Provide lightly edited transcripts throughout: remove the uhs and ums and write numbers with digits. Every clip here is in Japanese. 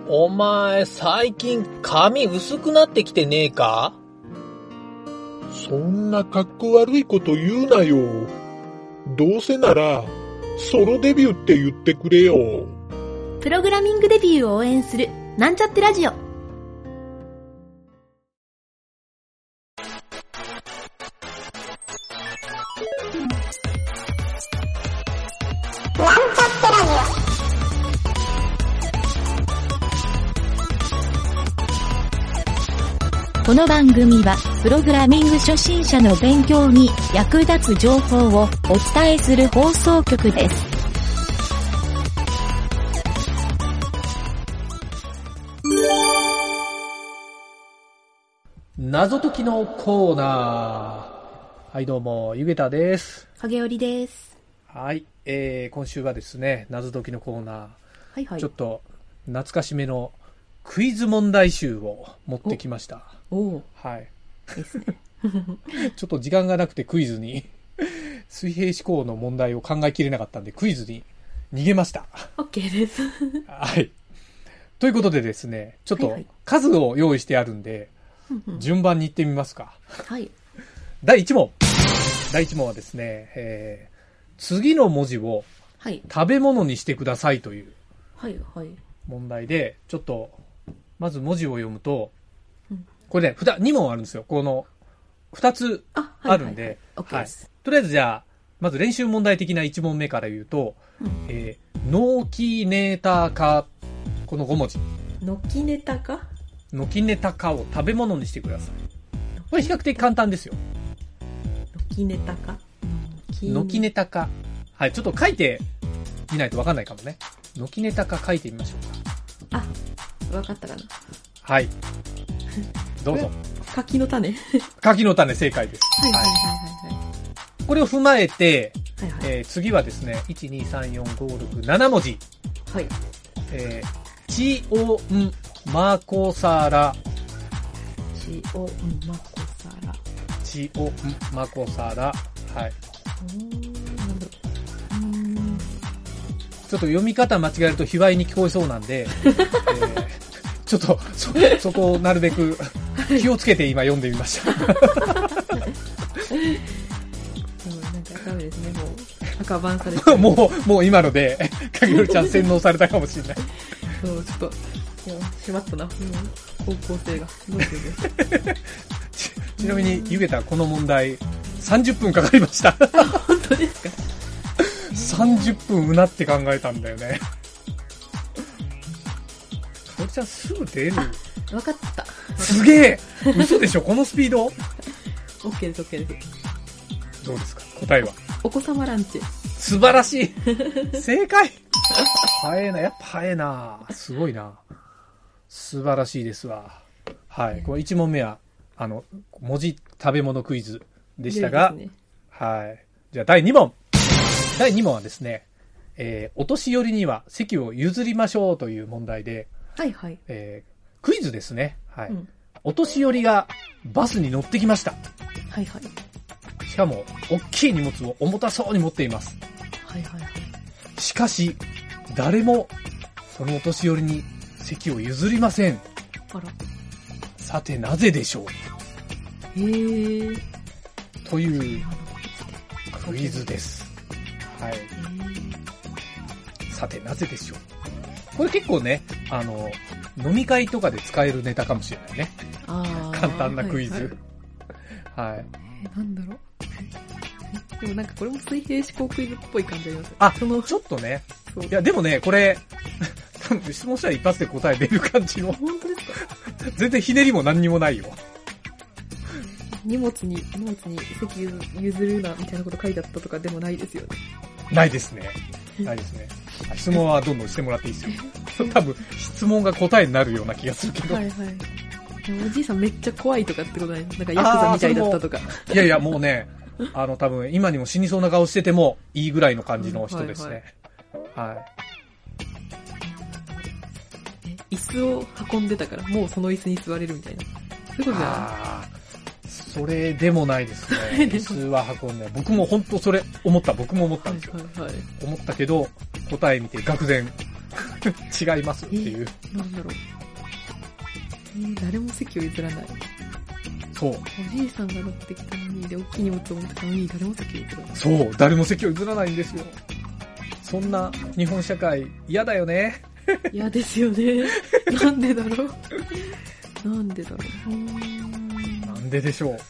お前、最近髪薄くなってきてねえか？ そんなかっこ悪いこと言うなよ。どうせなら、ソロデビューって言ってくれよ。 プログラミングデビューを応援する、なんちゃってラジオ。この番組は、プログラミング初心者の勉強に役立つ情報をお伝えする放送局です。 謎解きのコーナー。はい、どうも、ゆげたです。 影織です。 はい、今週はですね、謎解きのコーナー。 はいはい。 ちょっと、懐かしめのクイズ問題集を持ってきました。 おはい。 ですね。 ちょっと時間がなくてクイズに水平思考の問題を考えきれなかったんでクイズに逃げました。 OK です。 はい。ということでですね、ちょっと数を用意してあるんで、順番に行ってみますか。 はい。 第1問。第1問はですね、次の文字を食べ物にしてくださいという問題で、ちょっとまず文字を読むと、これね、2問あるんですよ。この2つあるんで、 OK です。 とりあえずじゃあ、まず練習問題的な1問目から言うと、ノキネタカ、この5文字。 ノキネタカ？ ノキネタカを食べ物にしてください。これ比較的簡単ですよ。 ノキネタカ？ ノキネタカ。はい、ちょっと書いてみないと分かんないかもね。ノキネタカ書いてみましょうか。 あ、分かったかな。 はい。どうぞ。 柿の種。 柿の種正解です。これを踏まえて、次はですね、1、2、3、4、5、6、7文字。 はい。 チオンマコサラ。 チオンマコサラ。 チオンマコサラ。はい。 なんだろう。 ちょっと読み方間違えると卑猥に聞こえそうなんで、ちょっとそこをなるべく気をつけて今読んでみました。 なんかダメですね、もう赤バンされてもう今ので影織ちゃん洗脳されたかもしれない。 そう、ちょっとしまったな、方向性がどうしようね。 ちなみにゆげたこの問題30分かかりました。 本当ですか ？30分うなって考えたんだよね。かおりちゃんすぐ出る。 分かった。 すげえ。嘘でしょこのスピード。 OK です OK です。 どうですか答えは？ お子様ランチ。 素晴らしい。正解。早えな、やっぱ早えな。すごいな。素晴らしいですわ。はい。この1問目は文字食べ物クイズでしたが、ね、はい。じゃあ第2問。第2問はですね、お年寄りには席を譲りましょうという問題で、 はいはい。 クイズですね。はい。お年寄りがバスに乗ってきました。 はいはい。 しかも、大きい荷物を重たそうに持っています。 はいはいはい。 しかし、誰もそのお年寄りに席を譲りません。 あら。さてなぜでしょう？というクイズです。はい。さてなぜでしょう？これ結構ね、飲み会とかで使えるネタかもしれないね。簡単なクイズ。はい。 なんだろう。でもなんかこれも水平思考クイズっぽい感じあります。 あ、ちょっとね。いや、でもね、これ、多分質問したら一発で答え出る感じの。 本当ですか？ 全然ひねりも何にもないよ。 荷物に席譲るなみたいなこと書いてあったとかでもないですよね。 ないですね。ないですね。質問はどんどんしてもらっていいですよ。多分質問が答えになるような気がするけど。 はいはい。でもおじいさんめっちゃ怖いとかってことない？なんかヤクザみたいだったとか。 いやいやもうね、多分今にも死にそうな顔しててもいいぐらいの感じの人ですね。はい。 椅子を運んでたからもうその椅子に座れるみたいな。そういうことじゃない？ それでもないですね。椅子は運んでない。僕も本当それ思った。僕も思ったんですよ。思ったけど答え見て愕然。 違いますっていう。 なんだろう。誰も席を譲らない。 そう。 おじいさんが乗ってきたのに、で、大きい荷物を持ってきたのに、誰も席を譲らない。 そう、誰も席を譲らないんですよ。そんな日本社会、嫌だよね。 嫌ですよね。なんでだろう。なんでだろう。 なんででしょう。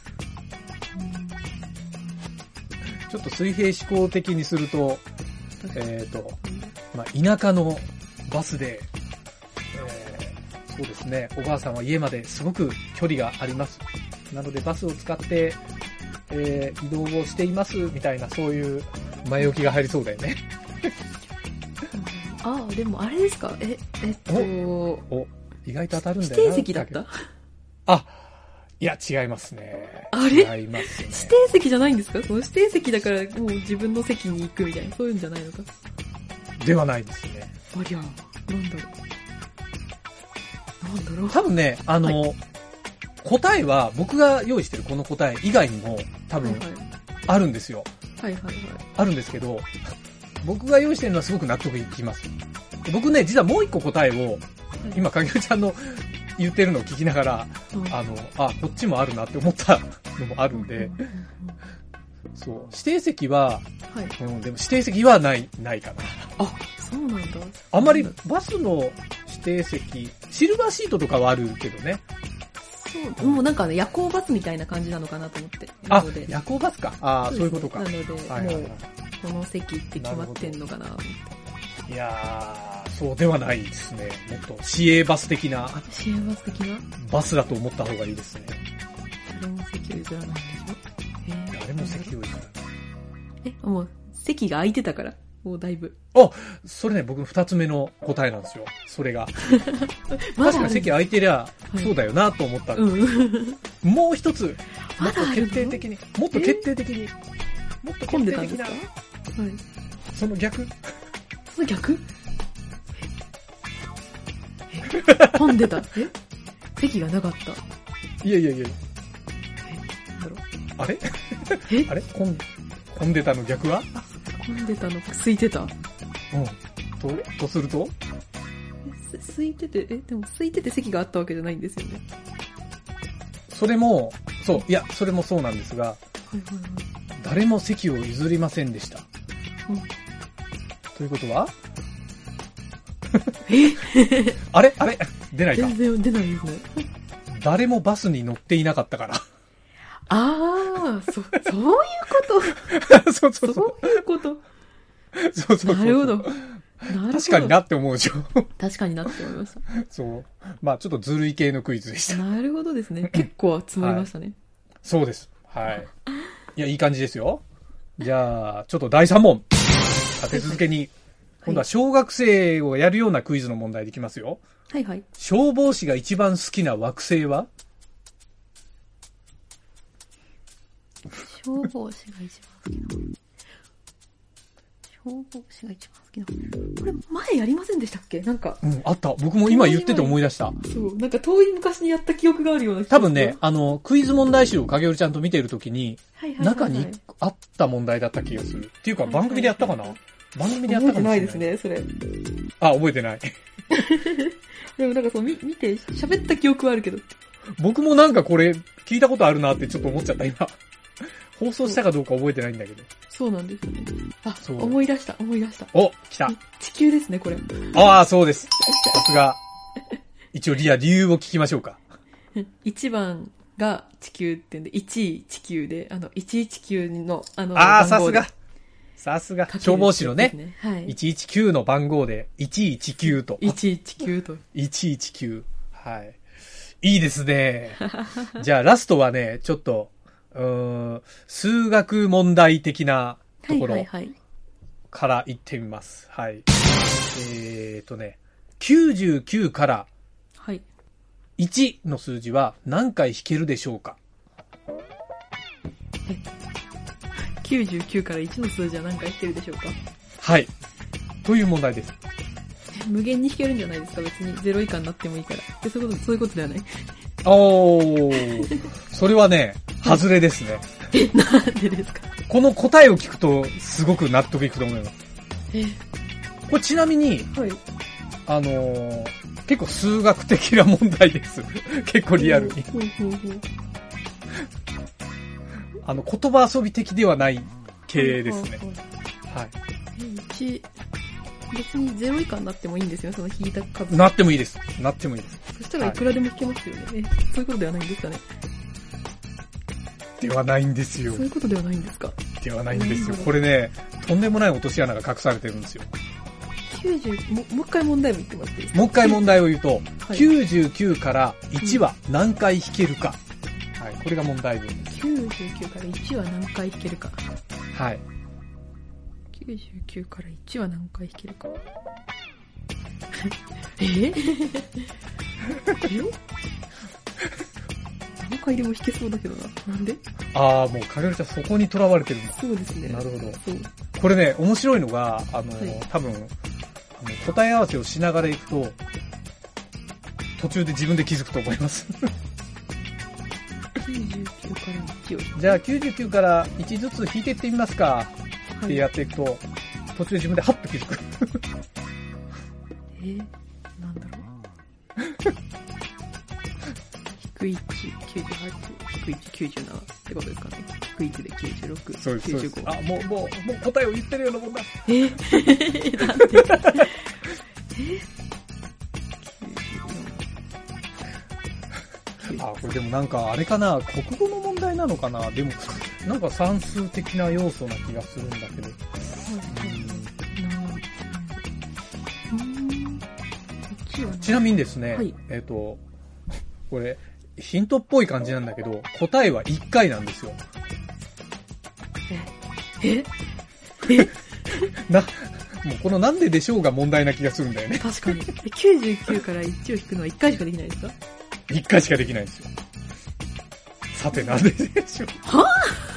ちょっと水平思考的にすると、田舎のバスで、そうですね、おばあさんは家まですごく距離があります。なのでバスを使って、移動をしていますみたいな、そういう前置きが入りそうだよね。 あ、でもあれですか？ お、意外と当たるんだよな。 指定席だった？ あ、いや、違いますね。 あれ？ 違いますね。 指定席じゃないんですか？その指定席だからもう自分の席に行くみたいな、そういうんじゃないのか？ ではないですね。 ありゃ、なんだろう。 多分ね、答えは、僕が用意してるこの答え以外にも、多分、あるんですよ。 はいはいはい。 あるんですけど、僕が用意してるのはすごく納得いきます。僕ね、実はもう一個答えを、今、かげるちゃんの言ってるのを聞きながら、こっちもあるなって思ったのもあるんで、そう、指定席は、でも指定席はないかな。 あ、そうなんだ。 あんまりバスの指定席、シルバーシートとかはあるけどね。 そう、もうなんか夜行バスみたいな感じなのかなと思って。 あ、夜行バスか。そういうことか。 なので、もう、この席って決まってんのかなと思って。 いやー、そうではないですね。もっと市営バス的な。 市営バス的なバスだと思った方がいいですね。 誰も席を譲らないんでしょ？ 誰も席を譲らない。 もう、席が空いてたから。もうだいぶ。 それね、僕の二つ目の答えなんですよ。それが。確かに席空いてりゃ、そうだよなと思ったんです。もう一つ、もっと決定的に、もっと決定的に、もっと決定的な、その逆。 その逆？混んでた。席がなかった。 いや。 なんだろう。 あれあれ混んでたの逆は？ 混んでたの空いてた。 とすると？ 空いてて、でも空いてて席があったわけじゃないんですよね。 それも、そう、いや、それもそうなんですが、誰も席を譲りませんでした。ということは？あれ出ないか。 全然出ないですね。 誰もバスに乗っていなかったから。 そういうこと。 そうそういうこと。 そう。 なるほど。 確かになって思うでしょ。 確かになって思いました。 そう。まあちょっとずるい系のクイズでした。 なるほどですね。結構積もりましたね。 そうです。はい。いや、いい感じですよ。じゃあ、ちょっと第3問。立て続けに。今度は小学生をやるようなクイズの問題でいきますよ。 はいはい。 消防士が一番好きな惑星は？ 消防士が一番好きな。消防士が一番好きな。これ前やりませんでしたっけ？なんか。 あった。僕も今言ってて思い出した。 そう。なんか遠い昔にやった記憶があるような。 多分ね、クイズ問題集を影織ちゃんと見てるときに、中にあった問題だった気がする。っていうか番組でやったかな？番組でやったかもしれない。 覚えてないですね、それ。 覚えてない。 でもなんかそう、見て、喋った記憶はあるけど。僕もなんかこれ、聞いたことあるなってちょっと思っちゃった、今。放送したかどうか覚えてないんだけど。 そうなんですよね。思い出した。 来た。 地球ですね、これ。 そうです。さすが。一応理由を聞きましょうか。 1番が地球ってんで、1位地球で、119の、 さすが。消防士のね。 はい。 119の番号で、119と。 119。 はい。いいですね。じゃあ、ラストはね、ちょっと、数学問題的なところからいってみます。はい。99から1の数字は何回引けるでしょうか ？99から1の数字は何回引けるでしょうか？はい。 という問題です。 無限に引けるんじゃないですか？別に0以下になってもいいから。そういうことではない？ それはね、外れですね。 なんでですか？ この答えを聞くと、すごく納得いくと思います。これちなみに、 結構数学的な問題です。結構リアルに。言葉遊び的ではない系ですね。はい。 別に0以下になってもいいんですよ、その引いた数。 なってもいいです。なってもいいです。 そしたらいくらでも引けますよね。そういうことではないんですかね。 ではないんですよ。 そういうことではないんですか。 ではないんですよ。これね、とんでもない落とし穴が隠されてるんですよ。 もう一回問題も言ってもらっていいですか？ もう一回問題を言うと、 はい、 99から1は何回引けるか。はい、これが問題文です。 99から1は何回引けるか。 はい。 99から1は何回引けるか。何回でも引けそうだけどな。なんで？ もうかげるちゃんそこに囚われてるんだ。 そうですね。 なるほど。 そう。 これね、面白いのが、 はい、 多分、答え合わせをしながら行くと、途中で自分で気づくと思います。 99から1を。 じゃあ99から1ずつ引いていってみますか。ってやっていくと、途中で自分でハッと気づく。 なんだろう。低い1、98、低い1、97ってことですかね。低い1で96、 そうです、 95。 もう答えを言ってるようなもんだ。 なんでこれでもなんかあれかな、国語の問題なのかな。でもなんか算数的な要素な気がするんだけど。ちなみにですね、はい、これヒントっぽい感じなんだけど、答えは1回なんですよ。もうこのなんででしょうが問題な気がするんだよね。 確かに。99から1を引くのは1回しかできないですか ？1回しかできないんですよ。さてなんででしょう。 は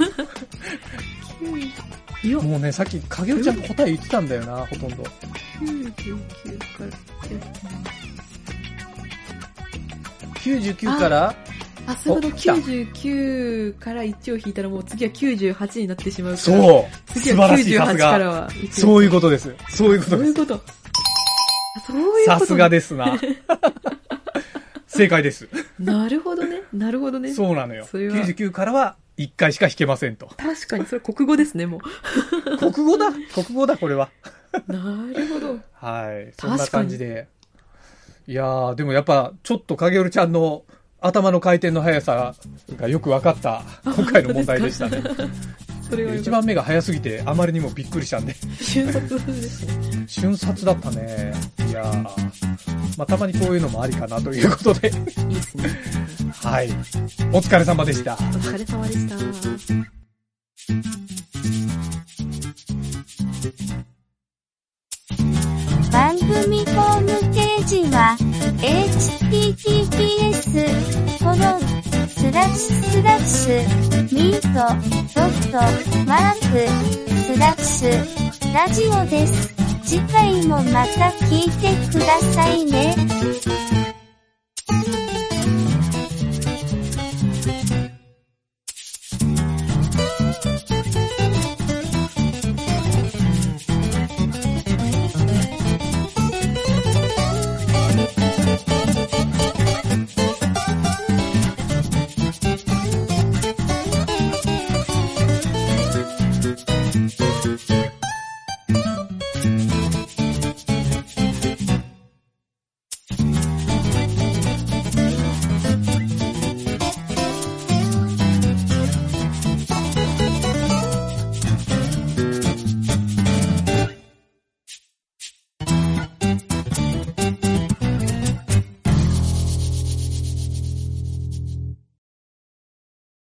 ぁもうね、さっき影尾ちゃん答え言ってたんだよな、ほとんど。99からそういうこと。99から1を引いたらもう次は98になってしまうから。 そう。 次は98からは1。 そういうことです。そういうことです。 そういうこと。そういうこと。 さすがですな。正解です。 なるほどね。なるほどね。 そうなのよ。99からは1回しか引けませんと。 確かに、それ国語ですね、もう。国語だ、これは。 なるほど。 はい。そんな感じで。いやー、でもやっぱ、ちょっと影織ちゃんの頭の回転の速さがよく分かった今回の問題でしたね。 それは 1番目が早すぎてあまりにもびっくりしたんで。 瞬殺ですね。 瞬殺だったね。いやー、まあ、たまにこういうのもありかなということで。いいですね。 はい。お疲れ様でした。 お疲れ様でした。 番組ホームページは https://mint.mark/ラジオです。次回もまた聞いてくださいね。